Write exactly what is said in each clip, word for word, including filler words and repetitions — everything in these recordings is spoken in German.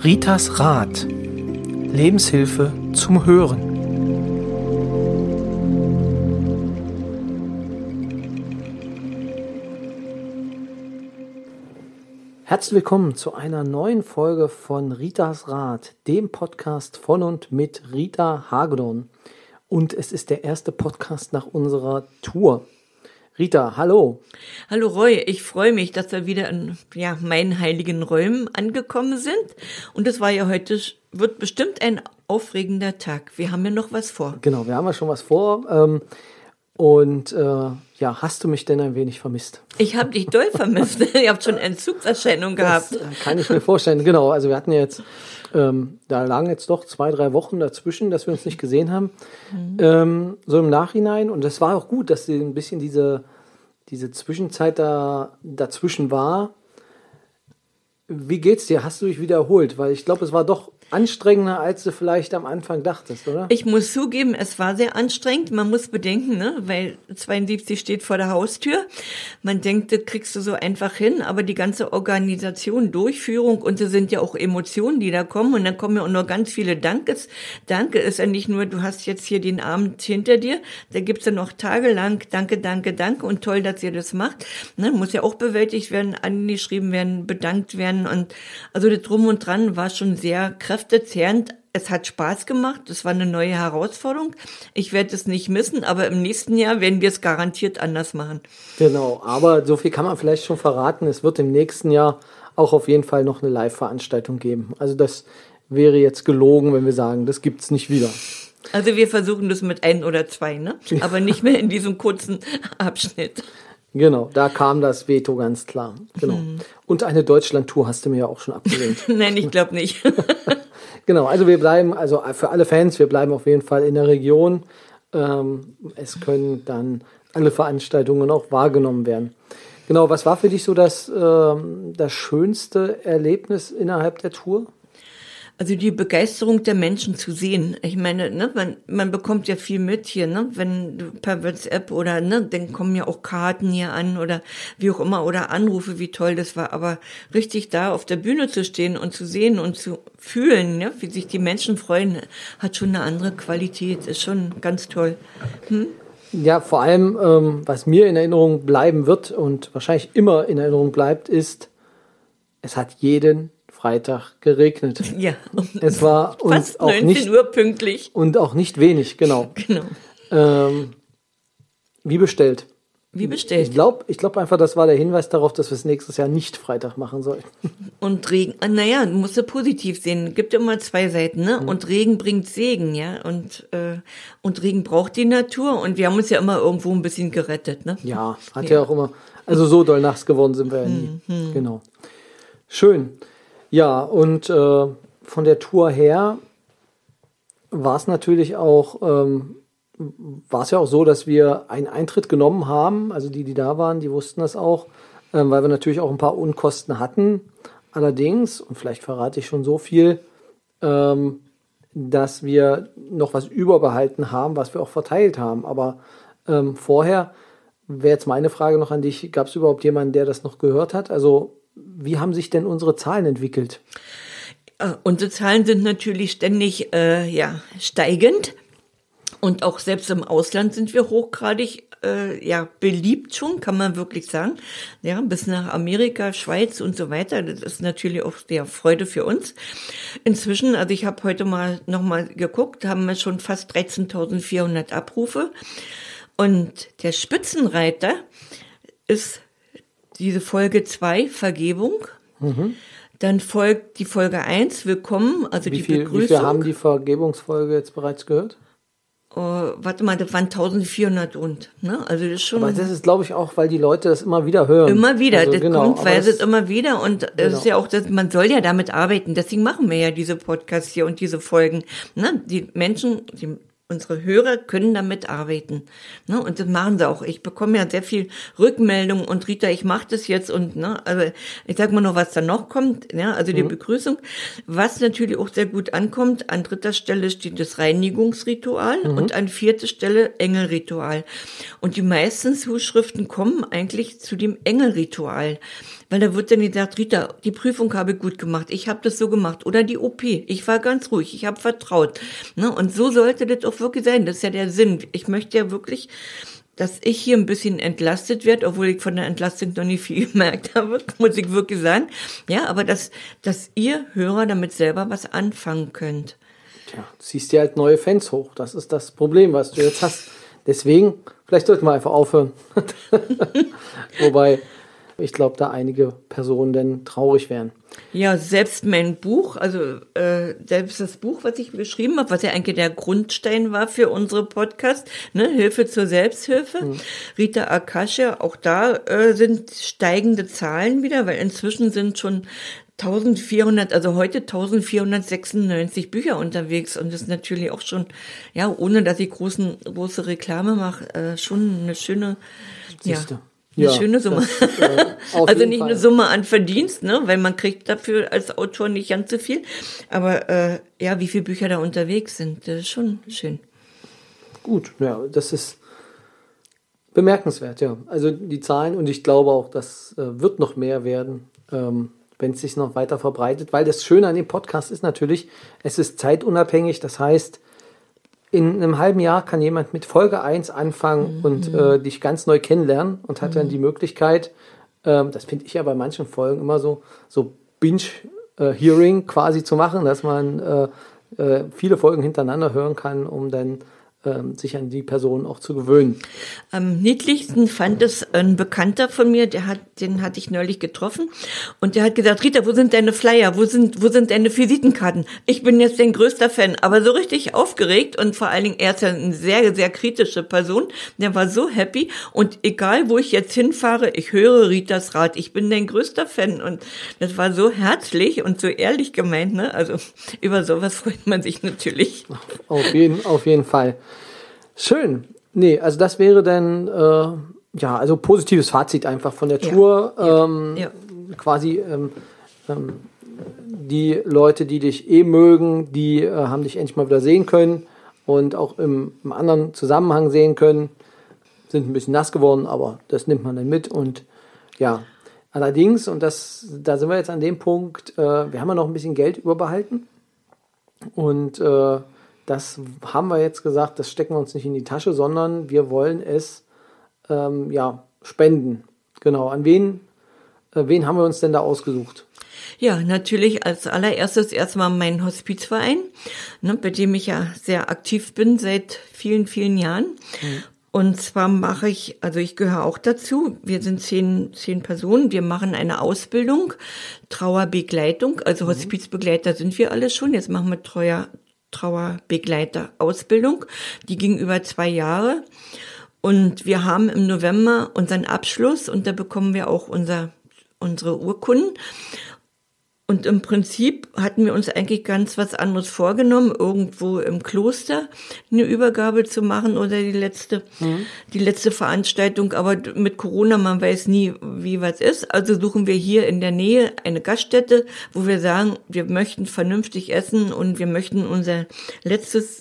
Ritas Rat. Lebenshilfe zum Hören. Herzlich willkommen zu einer neuen Folge von Ritas Rat, dem Podcast von und mit Rita Hagedorn. Und es ist der erste Podcast nach unserer Tour. Rita, hallo. Hallo Roy, ich freue mich, dass wir wieder in ja, meinen heiligen Räumen angekommen sind. Und es war ja heute, wird bestimmt ein aufregender Tag. Wir haben ja noch was vor. Genau, wir haben ja schon was vor. Ähm, und äh, ja, hast du mich denn ein wenig vermisst? Ich habe dich doll vermisst. Ihr habt schon Entzugserscheinungen gehabt. Das kann ich mir vorstellen. Genau, also wir hatten ja jetzt, ähm, da lagen jetzt doch zwei, drei Wochen dazwischen, dass wir uns nicht gesehen haben. Mhm. Ähm, so im Nachhinein. Und das war auch gut, dass ein bisschen diese, diese Zwischenzeit da dazwischen war. Wie geht's dir? Hast du dich wieder erholt? Weil ich glaube, es war doch anstrengender, als du vielleicht am Anfang dachtest, oder? Ich muss zugeben, es war sehr anstrengend. Man muss bedenken, ne, weil zweiundsiebzig steht vor der Haustür. Man denkt, das kriegst du so einfach hin, aber die ganze Organisation, Durchführung und es sind ja auch Emotionen, die da kommen und dann kommen ja auch noch ganz viele Dankes. Danke ist ja nicht nur, du hast jetzt hier den Abend hinter dir, da gibt's ja noch tagelang Danke, danke, danke und toll, dass ihr das macht. Ne, muss ja auch bewältigt werden, angeschrieben werden, bedankt werden und also das Drum und Dran war schon sehr kräftig. Kräftezehrend. Es hat Spaß gemacht. Es war eine neue Herausforderung. Ich werde es nicht missen, aber im nächsten Jahr werden wir es garantiert anders machen. Genau, aber so viel kann man vielleicht schon verraten. Es wird im nächsten Jahr auch auf jeden Fall noch eine Live-Veranstaltung geben. Also das wäre jetzt gelogen, wenn wir sagen, das gibt's nicht wieder. Also wir versuchen das mit ein oder zwei, ne? Aber nicht mehr in diesem kurzen Abschnitt. Genau, da kam das Veto ganz klar. Genau. Hm. Und eine Deutschland-Tour hast du mir ja auch schon abgelehnt. Nein, ich glaube nicht. Genau, also wir bleiben, also für alle Fans, wir bleiben auf jeden Fall in der Region. Ähm, es können dann alle Veranstaltungen auch wahrgenommen werden. Genau, was war für dich so das, ähm, das schönste Erlebnis innerhalb der Tour? Also die Begeisterung der Menschen zu sehen. Ich meine, ne, man, man bekommt ja viel mit hier, ne, wenn du per WhatsApp oder, ne, dann kommen ja auch Karten hier an oder wie auch immer oder Anrufe, wie toll das war. Aber richtig da auf der Bühne zu stehen und zu sehen und zu fühlen, ne, wie sich die Menschen freuen, hat schon eine andere Qualität. Ist schon ganz toll. Hm? Ja, vor allem, ähm, was mir in Erinnerung bleiben wird und wahrscheinlich immer in Erinnerung bleibt, ist, es hat jeden Freitag geregnet. Ja. Es war fast auch neunzehn nicht, Uhr pünktlich. Und auch nicht wenig, genau. Genau. Ähm, wie bestellt. Wie bestellt. Ich glaube ich glaub einfach, das war der Hinweis darauf, dass wir es nächstes Jahr nicht Freitag machen sollen. Und Regen, naja, du musst ja positiv sehen. Gibt immer zwei Seiten, ne? Mhm. Und Regen bringt Segen, ja. Und, äh, und Regen braucht die Natur. Und wir haben uns ja immer irgendwo ein bisschen gerettet, ne? Ja, hat ja, ja auch immer, also so doll nass geworden sind wir ja nie. Mhm. Genau. Schön. Ja, und äh, von der Tour her war es natürlich auch, ähm, war es ja auch so, dass wir einen Eintritt genommen haben. Also die, die da waren, die wussten das auch, ähm, weil wir natürlich auch ein paar Unkosten hatten. Allerdings, und vielleicht verrate ich schon so viel, ähm, dass wir noch was überbehalten haben, was wir auch verteilt haben. Aber ähm, vorher wäre jetzt meine Frage noch an dich, gab es überhaupt jemanden, der das noch gehört hat? Also wie haben sich denn unsere Zahlen entwickelt? Unsere Zahlen sind natürlich ständig äh, ja, steigend. Und auch selbst im Ausland sind wir hochgradig äh, ja, beliebt schon, kann man wirklich sagen. Ja, bis nach Amerika, Schweiz und so weiter. Das ist natürlich auch sehr Freude für uns. Inzwischen, also ich habe heute mal nochmal geguckt, haben wir schon fast dreizehntausendvierhundert Abrufe. Und der Spitzenreiter ist diese Folge zwei, Vergebung. Mhm. Dann folgt die Folge eins, Willkommen, also wie die viel, Begrüßung. Wie viel haben die Vergebungsfolge jetzt bereits gehört? Oh, warte mal, das waren eintausendvierhundert und, ne? Also das ist schon. Aber das ist, glaube ich, auch, weil die Leute das immer wieder hören. Immer wieder, also, das genau, kommt, weil es immer wieder und es genau. ist ja auch, das, man soll ja damit arbeiten. Deswegen machen wir ja diese Podcasts hier und diese Folgen. Ne? Die Menschen, die unsere Hörer können damit arbeiten, ne? Und das machen sie auch. Ich bekomme ja sehr viel Rückmeldungen und Rita, ich mache das jetzt und ne, also ich sag mal noch, was da noch kommt, ja, also die mhm. Begrüßung. Was natürlich auch sehr gut ankommt, an dritter Stelle steht das Reinigungsritual mhm. und an vierter Stelle Engelritual. Und die meisten Zuschriften kommen eigentlich zu dem Engelritual. Weil da wird dann gesagt, Rita, die Prüfung habe ich gut gemacht, ich habe das so gemacht. Oder die O P, ich war ganz ruhig, ich habe vertraut. Ne? Und so sollte das auch wirklich sein. Das ist ja der Sinn. Ich möchte ja wirklich, dass ich hier ein bisschen entlastet werde, obwohl ich von der Entlastung noch nicht viel gemerkt habe, muss ich wirklich sagen. Ja, aber dass, dass ihr Hörer damit selber was anfangen könnt. Tja, du ziehst dir halt neue Fans hoch. Das ist das Problem, was du jetzt hast. Deswegen, vielleicht sollten wir einfach aufhören. Wobei, ich glaube, da einige Personen dann traurig wären. Ja, selbst mein Buch, also äh, selbst das Buch, was ich beschrieben habe, was ja eigentlich der Grundstein war für unsere Podcast, ne, Hilfe zur Selbsthilfe, mhm. Rita Akasha, auch da äh, sind steigende Zahlen wieder, weil inzwischen sind schon eintausendvierhundert, also heute eintausendvierhundertsechsundneunzig Bücher unterwegs und das ist natürlich auch schon, ja, ohne dass ich großen, große Reklame mache, äh, schon eine schöne, Siehste. ja, eine ja, schöne Summe. Das, äh, also nicht Fall. eine Summe an Verdienst, ne, weil man kriegt dafür als Autor nicht ganz so viel, aber äh, ja, wie viele Bücher da unterwegs sind, das ist schon schön. Gut, ja, das ist bemerkenswert, ja. Also die Zahlen und ich glaube auch, das äh, wird noch mehr werden. Ähm, wenn es sich noch weiter verbreitet, weil das Schöne an dem Podcast ist natürlich, es ist zeitunabhängig, das heißt, in einem halben Jahr kann jemand mit Folge eins anfangen mhm. und äh, dich ganz neu kennenlernen und hat mhm. dann die Möglichkeit, ähm, das finde ich ja bei manchen Folgen immer so, so Binge-Hearing quasi zu machen, dass man äh, äh, viele Folgen hintereinander hören kann, um dann sich an die Person auch zu gewöhnen. Am niedlichsten fand es ein Bekannter von mir, der hat, den hatte ich neulich getroffen und der hat gesagt, Rita, wo sind deine Flyer, wo sind, wo sind deine Visitenkarten? Ich bin jetzt dein größter Fan, aber so richtig aufgeregt und vor allen Dingen, er ist ja eine sehr, sehr kritische Person, der war so happy und egal, wo ich jetzt hinfahre, ich höre Ritas Rat, ich bin dein größter Fan und das war so herzlich und so ehrlich gemeint, ne? Also über sowas freut man sich natürlich. Auf jeden, auf jeden Fall. Schön. Nee, also das wäre dann, äh, ja, also positives Fazit einfach von der Tour. Ja, ähm, ja. Quasi ähm, ähm, die Leute, die dich eh mögen, die äh, haben dich endlich mal wieder sehen können und auch im, im anderen Zusammenhang sehen können. Sind ein bisschen nass geworden, aber das nimmt man dann mit. Und ja, allerdings, und das, da sind wir jetzt an dem Punkt, äh, wir haben ja noch ein bisschen Geld überbehalten. Und äh, das haben wir jetzt gesagt, das stecken wir uns nicht in die Tasche, sondern wir wollen es ähm, ja, spenden. Genau. An wen, äh, wen haben wir uns denn da ausgesucht? Ja, natürlich als allererstes erstmal mein Hospizverein, ne, bei dem ich ja sehr aktiv bin seit vielen, vielen Jahren. Mhm. Und zwar mache ich, also ich gehöre auch dazu, wir sind zehn, zehn Personen, wir machen eine Ausbildung, Trauerbegleitung, also mhm. Hospizbegleiter sind wir alle schon, jetzt machen wir Treuer, Trauerbegleiter-Ausbildung, die ging über zwei Jahre und wir haben im November unseren Abschluss und da bekommen wir auch unser, unsere Urkunden. Und im Prinzip hatten wir uns eigentlich ganz was anderes vorgenommen, irgendwo im Kloster eine Übergabe zu machen oder die letzte, mhm. die letzte Veranstaltung. Aber mit Corona, man weiß nie, wie was ist. Also suchen wir hier in der Nähe eine Gaststätte, wo wir sagen, wir möchten vernünftig essen und wir möchten unser letztes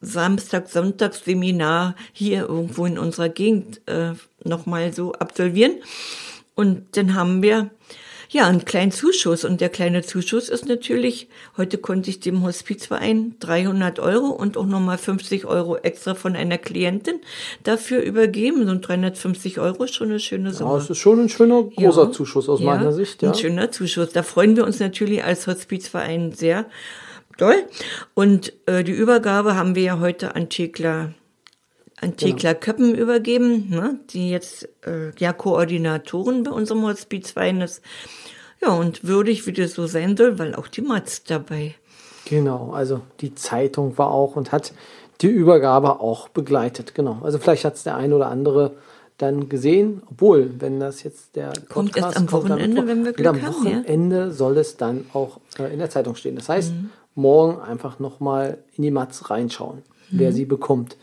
Samstag-Sonntags-Seminar hier irgendwo in unserer Gegend äh, nochmal so absolvieren. Und dann haben wir ja, einen kleinen Zuschuss. Und der kleine Zuschuss ist natürlich, heute konnte ich dem Hospizverein dreihundert Euro und auch nochmal fünfzig Euro extra von einer Klientin dafür übergeben. So ein dreihundertfünfzig Euro ist schon eine schöne Summe. Ja, es ist schon ein schöner, großer ja, Zuschuss aus ja, meiner Sicht. Ja, ein schöner Zuschuss. Da freuen wir uns natürlich als Hospizverein sehr doll. Und äh, die Übergabe haben wir ja heute an Thekla an Thekla Köppen übergeben, ne, die jetzt äh, ja Koordinatoren bei unserem Hospizverein ist. Ja, und würdig, wie das so sein soll, weil auch die Matz dabei. Genau, also die Zeitung war auch und hat die Übergabe auch begleitet. Genau, also vielleicht hat es der ein oder andere dann gesehen, obwohl, wenn das jetzt der Podcast kommt erst am kommt, Wochenende, dann, wenn wir Glück am haben. Am Wochenende ja? soll es dann auch äh, in der Zeitung stehen. Das heißt, mhm. morgen einfach nochmal in die Matz reinschauen, mhm. wer sie bekommt.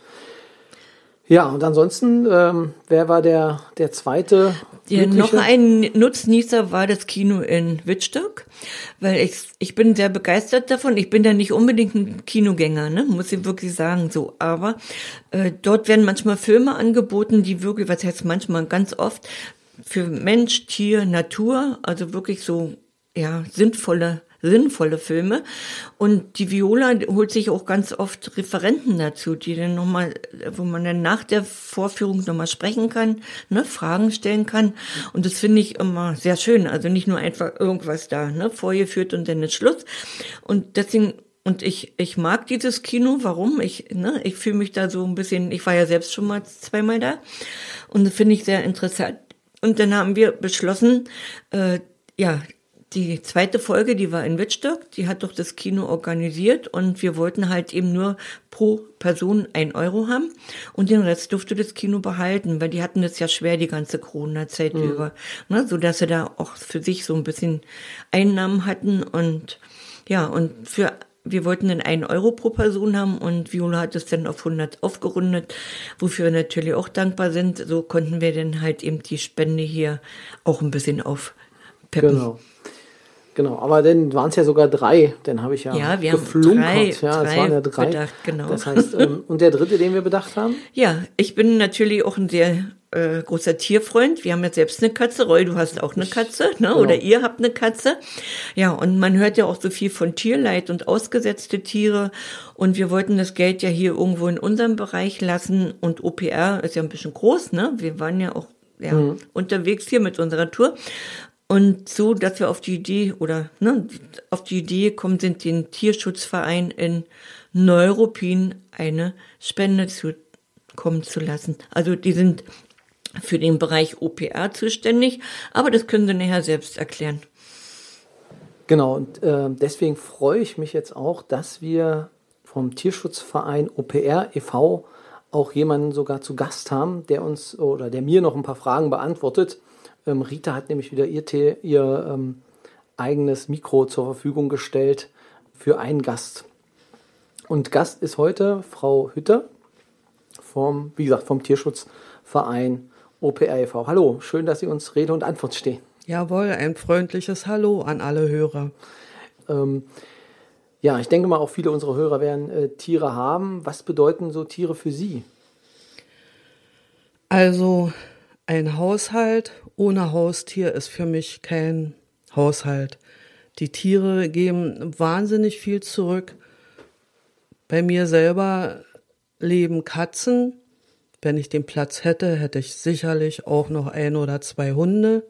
Ja, und ansonsten, ähm, wer war der, der zweite? Ja, noch ein Nutznießer war das Kino in Wittstock, weil ich, ich bin sehr begeistert davon. Ich bin da nicht unbedingt ein Kinogänger, ne, muss ich wirklich sagen, so. Aber äh, dort werden manchmal Filme angeboten, die wirklich, was heißt manchmal, ganz oft, für Mensch, Tier, Natur, also wirklich so, ja, sinnvolle, sinnvolle Filme. Und die Viola holt sich auch ganz oft Referenten dazu, die dann nochmal, wo man dann nach der Vorführung nochmal sprechen kann, ne, Fragen stellen kann. Und das finde ich immer sehr schön. Also nicht nur einfach irgendwas da, ne, vorgeführt und dann ist Schluss. Und deswegen, und ich, ich mag dieses Kino. Warum? Ich, ne, ich fühle mich da so ein bisschen, ich war ja selbst schon mal zweimal da. Und das finde ich sehr interessant. Und dann haben wir beschlossen, äh, ja, die zweite Folge, die war in Wittstock, die hat doch das Kino organisiert und wir wollten halt eben nur pro Person ein Euro haben und den Rest durfte das Kino behalten, weil die hatten das ja schwer die ganze Corona-Zeit mhm. über, ne, so dass sie da auch für sich so ein bisschen Einnahmen hatten und ja, und für wir wollten dann einen Euro pro Person haben und Viola hat es dann auf hundert aufgerundet, wofür wir natürlich auch dankbar sind. So konnten wir dann halt eben die Spende hier auch ein bisschen aufpeppen. Genau. Genau, aber dann waren es ja sogar drei, dann habe ich ja, ja wir geflunkert. Haben drei, ja, drei es waren ja drei. Bedacht, genau. Das heißt, ähm, und der dritte, den wir bedacht haben? Ja, ich bin natürlich auch ein sehr äh, großer Tierfreund. Wir haben jetzt selbst eine Katze. Roy, du hast auch eine Katze, ne? Genau. Oder ihr habt eine Katze. Ja, und man hört ja auch so viel von Tierleid und ausgesetzte Tiere. Und wir wollten das Geld ja hier irgendwo in unserem Bereich lassen. Und O P R ist ja ein bisschen groß, ne? Wir waren ja auch ja, mhm. unterwegs hier mit unserer Tour. Und so, dass wir auf die Idee oder ne, auf die Idee gekommen sind, den Tierschutzverein in Neuruppin eine Spende zukommen zu lassen. Also die sind für den Bereich O P R zuständig, aber das können Sie nachher selbst erklären. Genau, und äh, deswegen freue ich mich jetzt auch, dass wir vom Tierschutzverein O P R e V auch jemanden sogar zu Gast haben, der uns oder der mir noch ein paar Fragen beantwortet. Ähm, Rita hat nämlich wieder ihr, ihr ähm, eigenes Mikro zur Verfügung gestellt für einen Gast. Und Gast ist heute Frau Hütter vom, wie gesagt, vom Tierschutzverein O P R e V. Hallo, schön, dass Sie uns Rede und Antwort stehen. Jawohl, ein freundliches Hallo an alle Hörer. Ähm, ja, ich denke mal, auch viele unserer Hörer werden äh, Tiere haben. Was bedeuten so Tiere für Sie? Also ein Haushalt ohne Haustier ist für mich kein Haushalt. Die Tiere geben wahnsinnig viel zurück. Bei mir selber leben Katzen. Wenn ich den Platz hätte, hätte ich sicherlich auch noch ein oder zwei Hunde.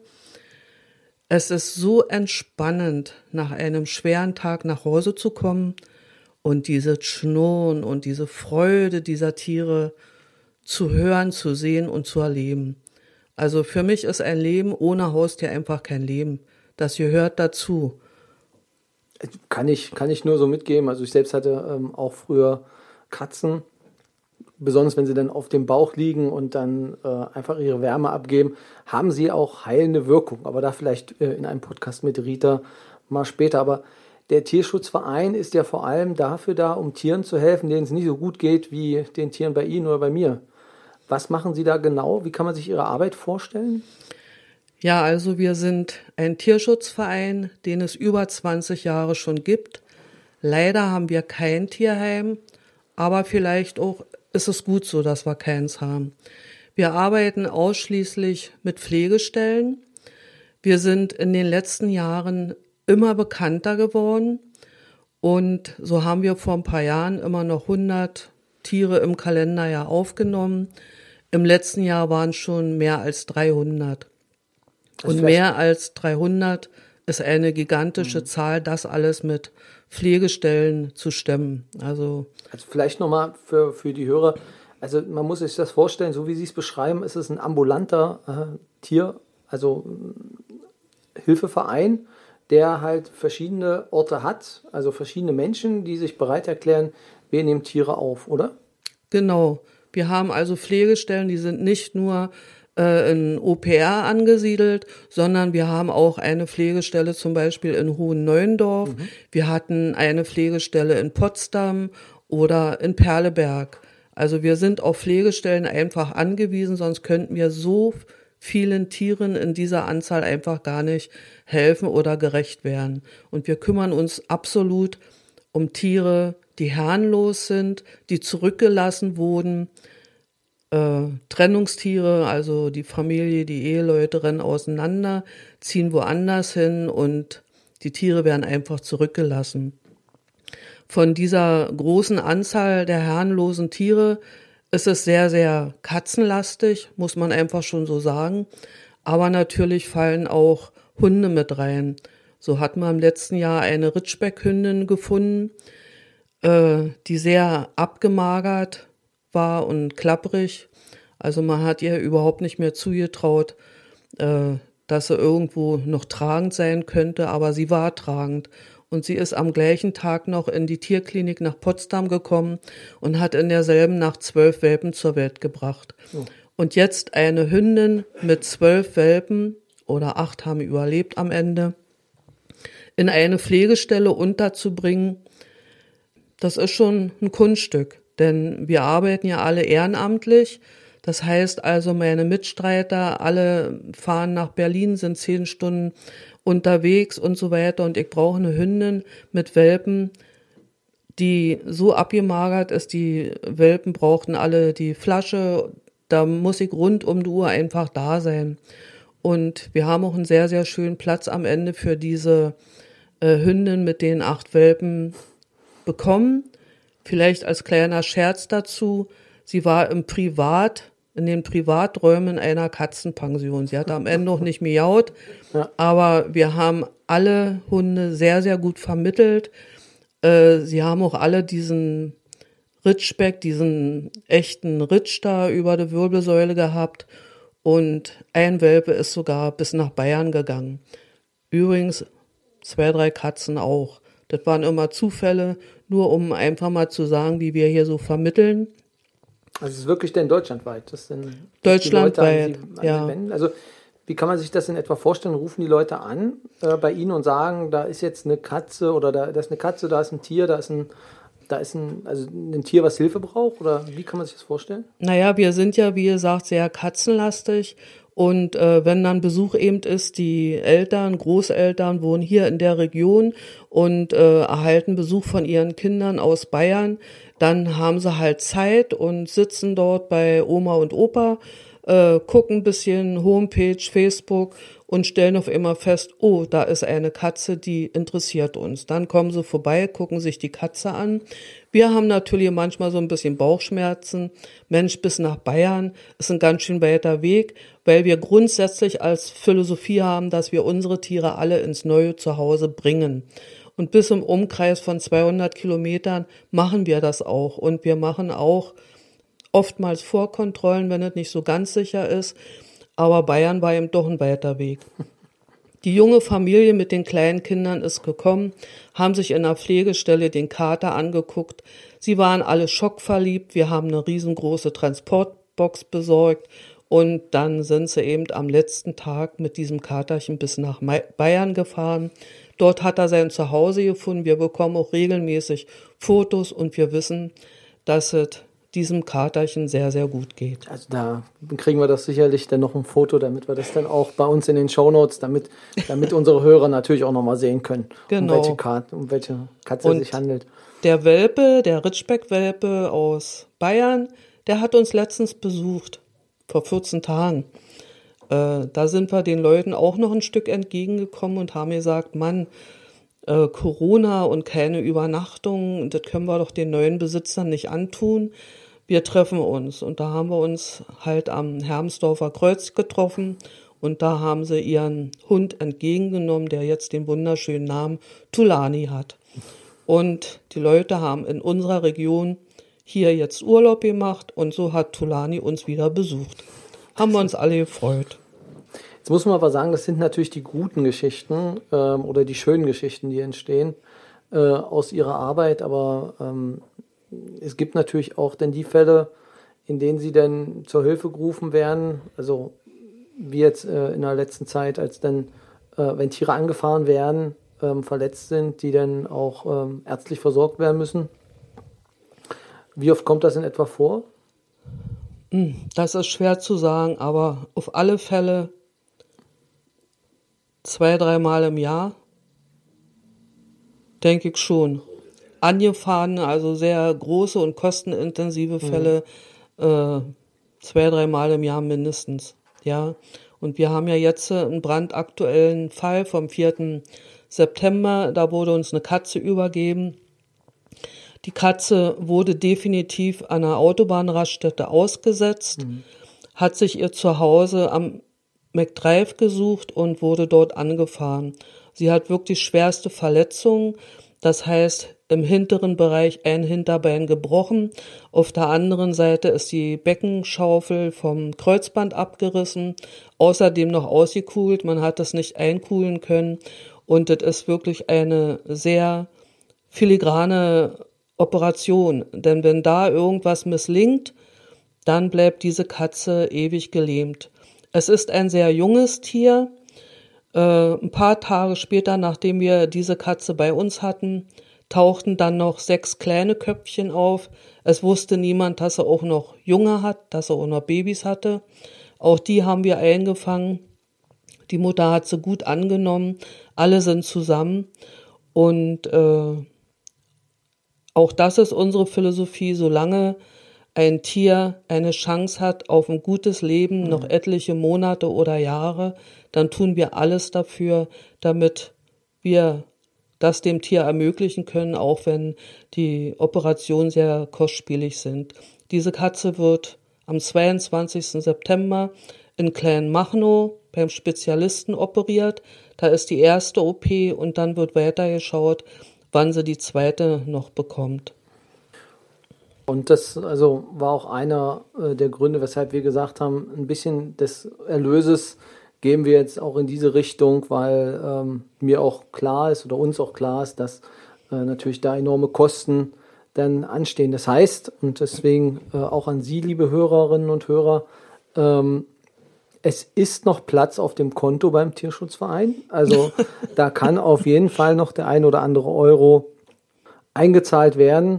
Es ist so entspannend, nach einem schweren Tag nach Hause zu kommen und dieses Schnurren und diese Freude dieser Tiere zu hören, zu sehen und zu erleben. Also für mich ist ein Leben ohne Haustier einfach kein Leben. Das gehört dazu. Kann ich, kann ich nur so mitgeben. Also ich selbst hatte ähm, auch früher Katzen, besonders wenn sie dann auf dem Bauch liegen und dann äh, einfach ihre Wärme abgeben, haben sie auch heilende Wirkung. Aber da vielleicht äh, in einem Podcast mit Rita mal später. Aber der Tierschutzverein ist ja vor allem dafür da, um Tieren zu helfen, denen es nicht so gut geht wie den Tieren bei Ihnen oder bei mir. Was machen Sie da genau? Wie kann man sich Ihre Arbeit vorstellen? Ja, also wir sind ein Tierschutzverein, den es über zwanzig Jahre schon gibt. Leider haben wir kein Tierheim, aber vielleicht auch ist es gut so, dass wir keins haben. Wir arbeiten ausschließlich mit Pflegestellen. Wir sind in den letzten Jahren immer bekannter geworden und so haben wir vor ein paar Jahren immer noch hundert Tiere im Kalenderjahr aufgenommen. Im letzten Jahr waren es schon mehr als dreihundert. Und mehr als dreihundert ist eine gigantische mhm. Zahl, das alles mit Pflegestellen zu stemmen. Also, also vielleicht nochmal für, für die Hörer, also man muss sich das vorstellen, so wie Sie es beschreiben, ist es ein ambulanter äh, Tier, also äh, Hilfeverein, der halt verschiedene Orte hat, also verschiedene Menschen, die sich bereit erklären, wir nehmen Tiere auf, oder? Genau. Wir haben also Pflegestellen, die sind nicht nur äh, in O P R angesiedelt, sondern wir haben auch eine Pflegestelle zum Beispiel in Hohenneuendorf. Mhm. Wir hatten eine Pflegestelle in Potsdam oder in Perleberg. Also wir sind auf Pflegestellen einfach angewiesen, sonst könnten wir so vielen Tieren in dieser Anzahl einfach gar nicht helfen oder gerecht werden. Und wir kümmern uns absolut um Tiere, die herrenlos sind, die zurückgelassen wurden, äh, Trennungstiere, also die Familie, die Eheleute rennen auseinander, ziehen woanders hin und die Tiere werden einfach zurückgelassen. Von dieser großen Anzahl der herrenlosen Tiere ist es sehr, sehr katzenlastig, muss man einfach schon so sagen. Aber natürlich fallen auch Hunde mit rein. So hat man im letzten Jahr eine Ritschbeckhündin gefunden, äh, die sehr abgemagert war und klapprig. Also man hat ihr überhaupt nicht mehr zugetraut, äh, dass sie irgendwo noch tragend sein könnte, aber sie war tragend. Und sie ist am gleichen Tag noch in die Tierklinik nach Potsdam gekommen und hat in derselben Nacht zwölf Welpen zur Welt gebracht. Oh. Und jetzt eine Hündin mit zwölf Welpen, oder acht haben überlebt am Ende, in eine Pflegestelle unterzubringen, das ist schon ein Kunststück. Denn wir arbeiten ja alle ehrenamtlich. Das heißt also, meine Mitstreiter, alle fahren nach Berlin, sind zehn Stunden unterwegs und so weiter. Und ich brauche eine Hündin mit Welpen, die so abgemagert ist. Die Welpen brauchten alle die Flasche. Da muss ich rund um die Uhr einfach da sein. Und wir haben auch einen sehr, sehr schönen Platz am Ende für diese äh, Hündin mit den acht Welpen bekommen. Vielleicht als kleiner Scherz dazu, sie war im Privat, in den Privaträumen einer Katzenpension. Sie hat am Ende noch nicht miaut, ja. Aber wir haben alle Hunde sehr, sehr gut vermittelt. Äh, sie haben auch alle diesen Ritschbeck, diesen echten Ritsch da über der Wirbelsäule gehabt. Und ein Welpe ist sogar bis nach Bayern gegangen. Übrigens zwei, drei Katzen auch. Das waren immer Zufälle, nur um einfach mal zu sagen, wie wir hier so vermitteln. Also es ist wirklich denn deutschlandweit? Das sind deutschlandweit, die Leute, an Sie, an ja. Sie wenden? Also wie kann man sich das in etwa vorstellen? Rufen die Leute an äh, bei Ihnen und sagen, da ist jetzt eine Katze oder da, da ist eine Katze, da ist ein Tier, da ist ein, da ist ein, also ein Tier, was Hilfe braucht? Oder wie kann man sich das vorstellen? Naja, wir sind ja, wie gesagt, sehr katzenlastig. Und äh, wenn dann Besuch eben ist, die Eltern, Großeltern wohnen hier in der Region und äh, erhalten Besuch von ihren Kindern aus Bayern, dann haben sie halt Zeit und sitzen dort bei Oma und Opa, äh, gucken ein bisschen Homepage, Facebook und stellen auf einmal fest, oh, da ist eine Katze, die interessiert uns. Dann kommen sie vorbei, gucken sich die Katze an. Wir haben natürlich manchmal so ein bisschen Bauchschmerzen. Mensch, bis nach Bayern ist ein ganz schön weiter Weg, weil wir grundsätzlich als Philosophie haben, dass wir unsere Tiere alle ins neue Zuhause bringen. Und bis im Umkreis von zweihundert Kilometern machen wir das auch. Und wir machen auch oftmals Vorkontrollen, wenn es nicht so ganz sicher ist. Aber Bayern war eben doch ein weiter Weg. Die junge Familie mit den kleinen Kindern ist gekommen, haben sich in der Pflegestelle den Kater angeguckt. Sie waren alle schockverliebt. Wir haben eine riesengroße Transportbox besorgt. Und dann sind sie eben am letzten Tag mit diesem Katerchen bis nach Bayern gefahren. Dort hat er sein Zuhause gefunden. Wir bekommen auch regelmäßig Fotos und wir wissen, dass es diesem Katerchen sehr, sehr gut geht. Also da kriegen wir das sicherlich dann noch ein Foto, damit wir das dann auch bei uns in den Shownotes, damit, damit unsere Hörer natürlich auch nochmal sehen können, genau. um welche, Kat- um welche Katze und es sich handelt. Der Welpe, der Ritschbeck-Welpe aus Bayern, der hat uns letztens besucht, vor vierzehn Tagen. Äh, da sind wir den Leuten auch noch ein Stück entgegengekommen und haben gesagt, Mann, äh, Corona und keine Übernachtung, das können wir doch den neuen Besitzern nicht antun. Wir treffen uns. Und da haben wir uns halt am Hermsdorfer Kreuz getroffen und da haben sie ihren Hund entgegengenommen, der jetzt den wunderschönen Namen Tulani hat. Und die Leute haben in unserer Region hier jetzt Urlaub gemacht und so hat Tulani uns wieder besucht. Haben wir uns alle gefreut. Jetzt muss man aber sagen, das sind natürlich die guten Geschichten ähm, oder die schönen Geschichten, die entstehen äh, aus ihrer Arbeit, aber ähm, es gibt natürlich auch dann die Fälle, in denen sie dann zur Hilfe gerufen werden, also wie jetzt äh, in der letzten Zeit, als dann, äh, wenn Tiere angefahren werden, ähm, verletzt sind, die dann auch ähm, ärztlich versorgt werden müssen. Wie oft kommt das in etwa vor? Das ist schwer zu sagen, aber auf alle Fälle zwei, dreimal im Jahr, denke ich schon. Angefahrene, also sehr große und kostenintensive Fälle, mhm. äh, zwei, dreimal im Jahr mindestens, ja. Und wir haben ja jetzt einen brandaktuellen Fall vom vierten September, da wurde uns eine Katze übergeben. Die Katze wurde definitiv an einer Autobahnraststätte ausgesetzt, mhm. hat sich ihr Zuhause am McDrive gesucht und wurde dort angefahren. Sie hat wirklich schwerste Verletzungen, das heißt im hinteren Bereich ein Hinterbein gebrochen, auf der anderen Seite ist die Beckenschaufel vom Kreuzband abgerissen, außerdem noch ausgekugelt, man hat es nicht einkugeln können und es ist wirklich eine sehr filigrane Operation, denn wenn da irgendwas misslingt, dann bleibt diese Katze ewig gelähmt. Es ist ein sehr junges Tier. Äh, ein paar Tage später, nachdem wir diese Katze bei uns hatten, tauchten dann noch sechs kleine Köpfchen auf. Es wusste niemand, dass er auch noch Junge hat, dass er auch noch Babys hatte. Auch die haben wir eingefangen. Die Mutter hat sie gut angenommen. Alle sind zusammen. Und äh, auch das ist unsere Philosophie, solange ein Tier eine Chance hat auf ein gutes Leben, noch etliche Monate oder Jahre, dann tun wir alles dafür, damit wir das dem Tier ermöglichen können, auch wenn die Operationen sehr kostspielig sind. Diese Katze wird am zweiundzwanzigsten September in Kleinmachnow beim Spezialisten operiert. Da ist die erste O P und dann wird weitergeschaut, wann sie die zweite noch bekommt. Und das also war auch einer äh, der Gründe, weshalb wir gesagt haben, ein bisschen des Erlöses geben wir jetzt auch in diese Richtung, weil ähm, mir auch klar ist oder uns auch klar ist, dass äh, natürlich da enorme Kosten dann anstehen. Das heißt, und deswegen äh, auch an Sie, liebe Hörerinnen und Hörer, ähm, es ist noch Platz auf dem Konto beim Tierschutzverein. Also da kann auf jeden Fall noch der ein oder andere Euro eingezahlt werden.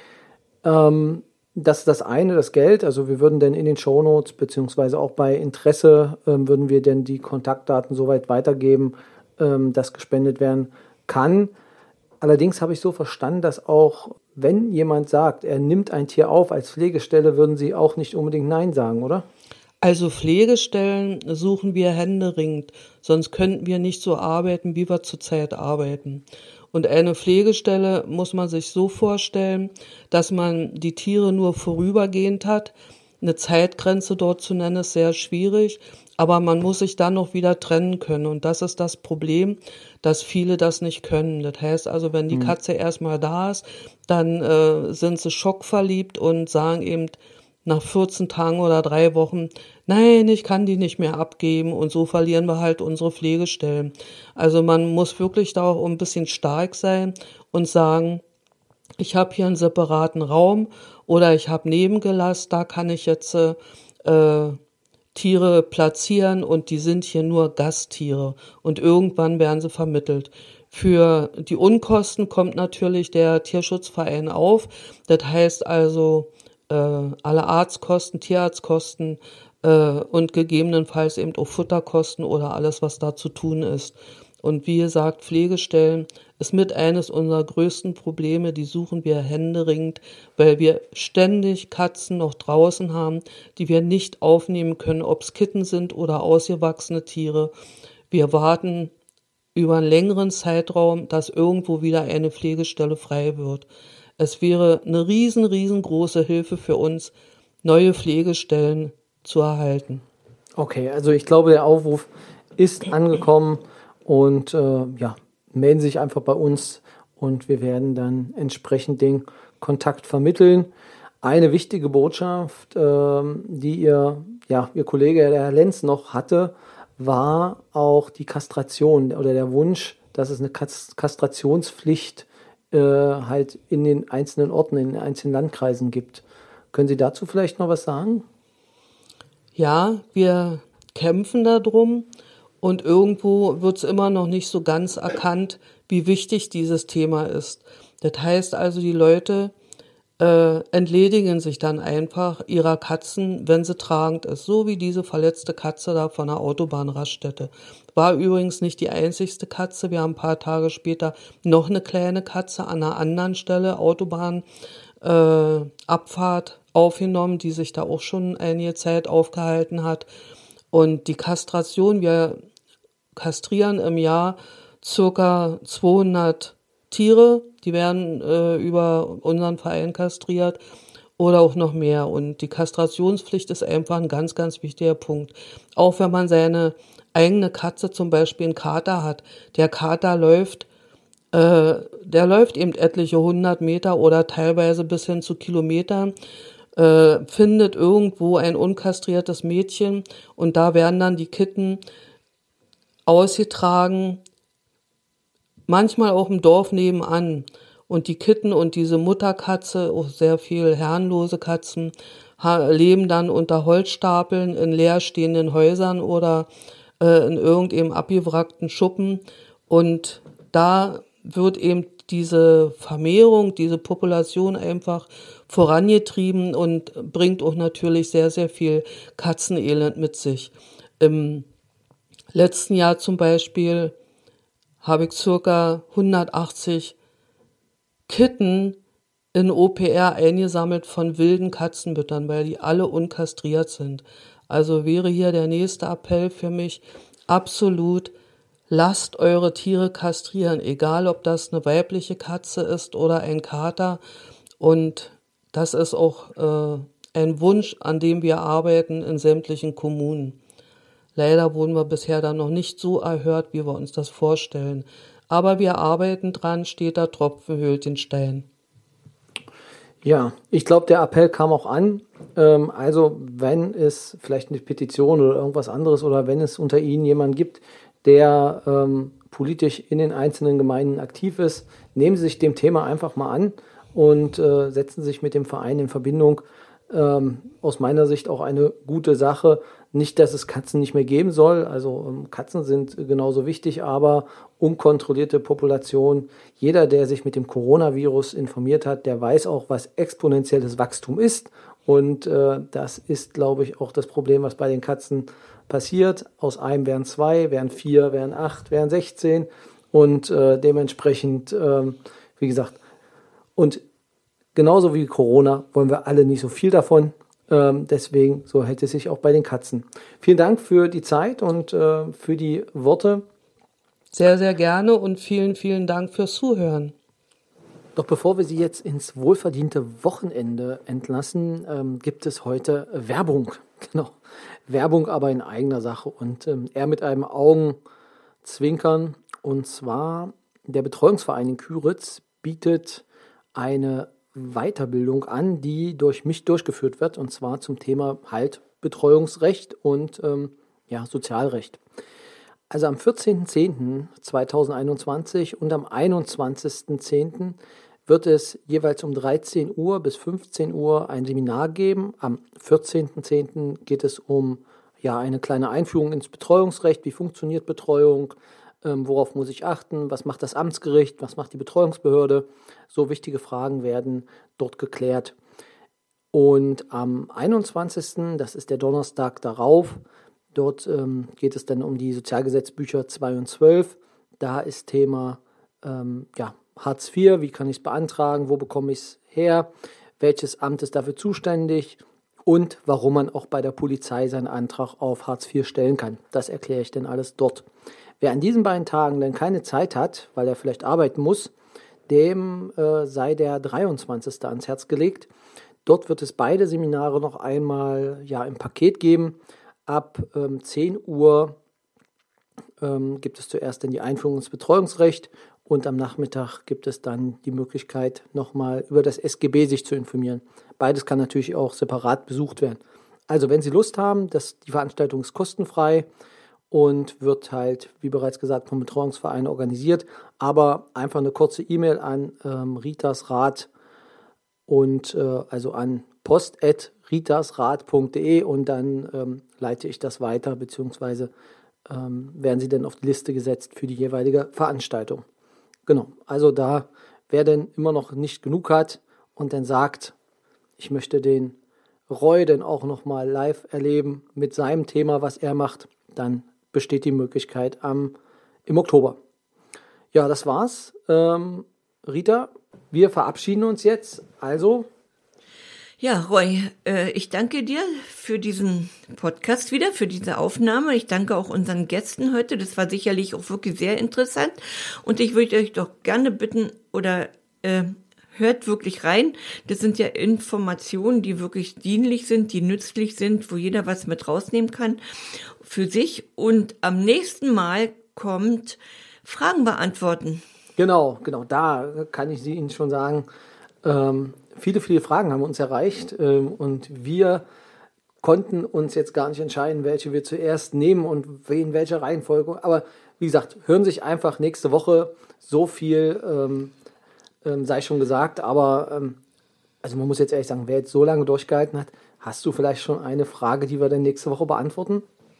Ähm, das ist das eine, das Geld. Also wir würden dann in den Shownotes beziehungsweise auch bei Interesse ähm, würden wir dann die Kontaktdaten soweit weitergeben, ähm, dass gespendet werden kann. Allerdings habe ich so verstanden, dass auch wenn jemand sagt, er nimmt ein Tier auf als Pflegestelle, würden Sie auch nicht unbedingt Nein sagen, oder? Also Pflegestellen suchen wir händeringend, sonst könnten wir nicht so arbeiten, wie wir zurzeit arbeiten. Und eine Pflegestelle muss man sich so vorstellen, dass man die Tiere nur vorübergehend hat. Eine Zeitgrenze dort zu nennen ist sehr schwierig, aber man muss sich dann noch wieder trennen können. Und das ist das Problem, dass viele das nicht können. Das heißt also, wenn die Katze erstmal da ist, dann äh, sind sie schockverliebt und sagen eben nach vierzehn Tagen oder drei Wochen, nein, ich kann die nicht mehr abgeben, und so verlieren wir halt unsere Pflegestellen. Also man muss wirklich da auch ein bisschen stark sein und sagen, ich habe hier einen separaten Raum oder ich habe Nebengelass, da kann ich jetzt äh, Tiere platzieren und die sind hier nur Gasttiere und irgendwann werden sie vermittelt. Für die Unkosten kommt natürlich der Tierschutzverein auf. Das heißt also, alle Arztkosten, Tierarztkosten äh, und gegebenenfalls eben auch Futterkosten oder alles, was da zu tun ist. Und wie gesagt, Pflegestellen ist mit eines unserer größten Probleme, die suchen wir händeringend, weil wir ständig Katzen noch draußen haben, die wir nicht aufnehmen können, ob es Kitten sind oder ausgewachsene Tiere. Wir warten über einen längeren Zeitraum, dass irgendwo wieder eine Pflegestelle frei wird. Es wäre eine riesen, riesengroße Hilfe für uns, neue Pflegestellen zu erhalten. Okay, also ich glaube, der Aufruf ist angekommen und äh, ja, melden Sie sich einfach bei uns und wir werden dann entsprechend den Kontakt vermitteln. Eine wichtige Botschaft, äh, die ihr, ja, Ihr Kollege, der Herr Lenz, noch hatte, war auch die Kastration oder der Wunsch, dass es eine Kastrationspflicht halt in den einzelnen Orten, in den einzelnen Landkreisen gibt. Können Sie dazu vielleicht noch was sagen? Ja, wir kämpfen darum und irgendwo wird es immer noch nicht so ganz erkannt, wie wichtig dieses Thema ist. Das heißt also, die Leute äh, entledigen sich dann einfach ihrer Katzen, wenn sie tragend ist, so wie diese verletzte Katze da von der Autobahnraststätte. War übrigens nicht die einzigste Katze. Wir haben ein paar Tage später noch eine kleine Katze an einer anderen Stelle, Autobahnabfahrt, äh, aufgenommen, die sich da auch schon einige Zeit aufgehalten hat. Und die Kastration, wir kastrieren im Jahr circa zweihundert Tiere, die werden äh, über unseren Verein kastriert oder auch noch mehr. Und die Kastrationspflicht ist einfach ein ganz, ganz wichtiger Punkt. Auch wenn man seine eigene Katze, zum Beispiel einen Kater hat. Der Kater läuft, äh, der läuft eben etliche hundert Meter oder teilweise bis hin zu Kilometern, äh, findet irgendwo ein unkastriertes Mädchen und da werden dann die Kitten ausgetragen, manchmal auch im Dorf nebenan. Und die Kitten und diese Mutterkatze, auch sehr viel herrenlose Katzen, ha- leben dann unter Holzstapeln in leerstehenden Häusern oder äh, in irgendeinem abgewrackten Schuppen. Und da wird eben diese Vermehrung, diese Population einfach vorangetrieben und bringt auch natürlich sehr, sehr viel Katzenelend mit sich. Im letzten Jahr zum Beispiel habe ich circa hundertachtzig Kitten in O P R eingesammelt von wilden Katzenmüttern, weil die alle unkastriert sind. Also wäre hier der nächste Appell für mich absolut: Lasst eure Tiere kastrieren, egal ob das eine weibliche Katze ist oder ein Kater. Und das ist auch äh, ein Wunsch, an dem wir arbeiten in sämtlichen Kommunen. Leider wurden wir bisher dann noch nicht so erhört, wie wir uns das vorstellen. Aber wir arbeiten dran, steter Tropfen höhlt den Stein. Ja, ich glaube, der Appell kam auch an. Ähm, also wenn es vielleicht eine Petition oder irgendwas anderes oder wenn es unter Ihnen jemanden gibt, der ähm, politisch in den einzelnen Gemeinden aktiv ist, nehmen Sie sich dem Thema einfach mal an und äh, setzen sich mit dem Verein in Verbindung. Ähm, aus meiner Sicht auch eine gute Sache. Nicht, dass es Katzen nicht mehr geben soll. Also ähm, Katzen sind genauso wichtig, aber unkontrollierte Population. Jeder, der sich mit dem Coronavirus informiert hat, der weiß auch, was exponentielles Wachstum ist. Und äh, das ist, glaube ich, auch das Problem, was bei den Katzen passiert. Aus einem werden zwei, werden vier, werden acht, werden sechzehn. Und äh, dementsprechend, äh, wie gesagt, und genauso wie Corona wollen wir alle nicht so viel davon. Ähm, deswegen, so hält es sich auch bei den Katzen. Vielen Dank für die Zeit und äh, für die Worte. Sehr, sehr gerne und vielen, vielen Dank fürs Zuhören. Doch bevor wir Sie jetzt ins wohlverdiente Wochenende entlassen, ähm, gibt es heute Werbung. Genau, Werbung, aber in eigener Sache und ähm, eher mit einem Augenzwinkern. Und zwar der Betreuungsverein in Küritz bietet eine Weiterbildung an, die durch mich durchgeführt wird, und zwar zum Thema halt Betreuungsrecht und ähm, ja, Sozialrecht. Also am vierzehnten zehnten zweitausendeinundzwanzig und am einundzwanzigsten zehnten wird es jeweils um dreizehn Uhr bis fünfzehn Uhr ein Seminar geben. Am vierzehnten zehnten geht es um ja, eine kleine Einführung ins Betreuungsrecht. Wie funktioniert Betreuung? Ähm, worauf muss ich achten? Was macht das Amtsgericht? Was macht die Betreuungsbehörde? So wichtige Fragen werden dort geklärt. Und am einundzwanzigsten, das ist der Donnerstag darauf, dort ähm, geht es dann um die Sozialgesetzbücher zwei und zwölf. Da ist Thema ähm, ja, Hartz vier, wie kann ich es beantragen, wo bekomme ich es her, welches Amt ist dafür zuständig und warum man auch bei der Polizei seinen Antrag auf Hartz vier stellen kann. Das erkläre ich dann alles dort. Wer an diesen beiden Tagen dann keine Zeit hat, weil er vielleicht arbeiten muss, dem äh, sei der dreiundzwanzigste ans Herz gelegt. Dort wird es beide Seminare noch einmal ja, im Paket geben. Ab ähm, zehn Uhr ähm, gibt es zuerst dann die Einführung ins Betreuungsrecht und am Nachmittag gibt es dann die Möglichkeit, nochmal über das S G B sich zu informieren. Beides kann natürlich auch separat besucht werden. Also wenn Sie Lust haben, das, die Veranstaltung ist kostenfrei und wird halt, wie bereits gesagt, vom Betreuungsverein organisiert, aber einfach eine kurze E-Mail an ähm, Ritasrat und äh, also an post at ritasrat punkt de und dann ähm, leite ich das weiter, beziehungsweise ähm, werden Sie dann auf die Liste gesetzt für die jeweilige Veranstaltung. Genau, also da, wer denn immer noch nicht genug hat und dann sagt, ich möchte den Roy dann auch nochmal live erleben mit seinem Thema, was er macht, dann besteht die Möglichkeit am, im Oktober. Ja, das war's. Ähm, Rita, wir verabschieden uns jetzt. Also Ja, Roy, äh, ich danke dir für diesen Podcast wieder, für diese Aufnahme. Ich danke auch unseren Gästen heute. Das war sicherlich auch wirklich sehr interessant. Und ich würde euch doch gerne bitten oder äh, hört wirklich rein. Das sind ja Informationen, die wirklich dienlich sind, die nützlich sind, wo jeder was mit rausnehmen kann für sich. Und am nächsten Mal kommt Fragen beantworten. Genau, genau. Da kann ich Ihnen schon sagen, ähm, viele, viele Fragen haben uns erreicht ähm, und wir konnten uns jetzt gar nicht entscheiden, welche wir zuerst nehmen und in welcher Reihenfolge. Aber wie gesagt, hören sich einfach nächste Woche. So viel ähm, ähm, sei schon gesagt. Aber ähm, also man muss jetzt ehrlich sagen, wer jetzt so lange durchgehalten hat, hast du vielleicht schon eine Frage, die wir dann nächste Woche beantworten?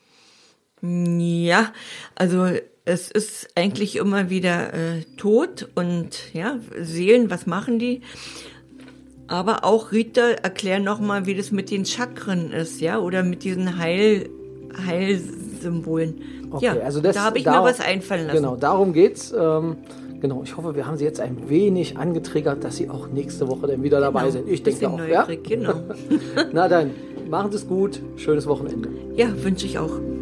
Ja, also es ist eigentlich immer wieder äh, Tod und ja, Seelen, was machen die? Aber auch Rita, erklär nochmal, wie das mit den Chakren ist, ja, oder mit diesen Heil, Heilsymbolen. Okay, ja, also das, da habe ich darum, mir was einfallen lassen. Genau, darum geht's. Ähm, genau, ich hoffe, wir haben Sie jetzt ein wenig angetriggert, dass Sie auch nächste Woche dann wieder dabei genau, sind. Ich denke auch, neugierig, ja? Genau. Na dann, machen Sie es gut, schönes Wochenende. Ja, wünsche ich auch.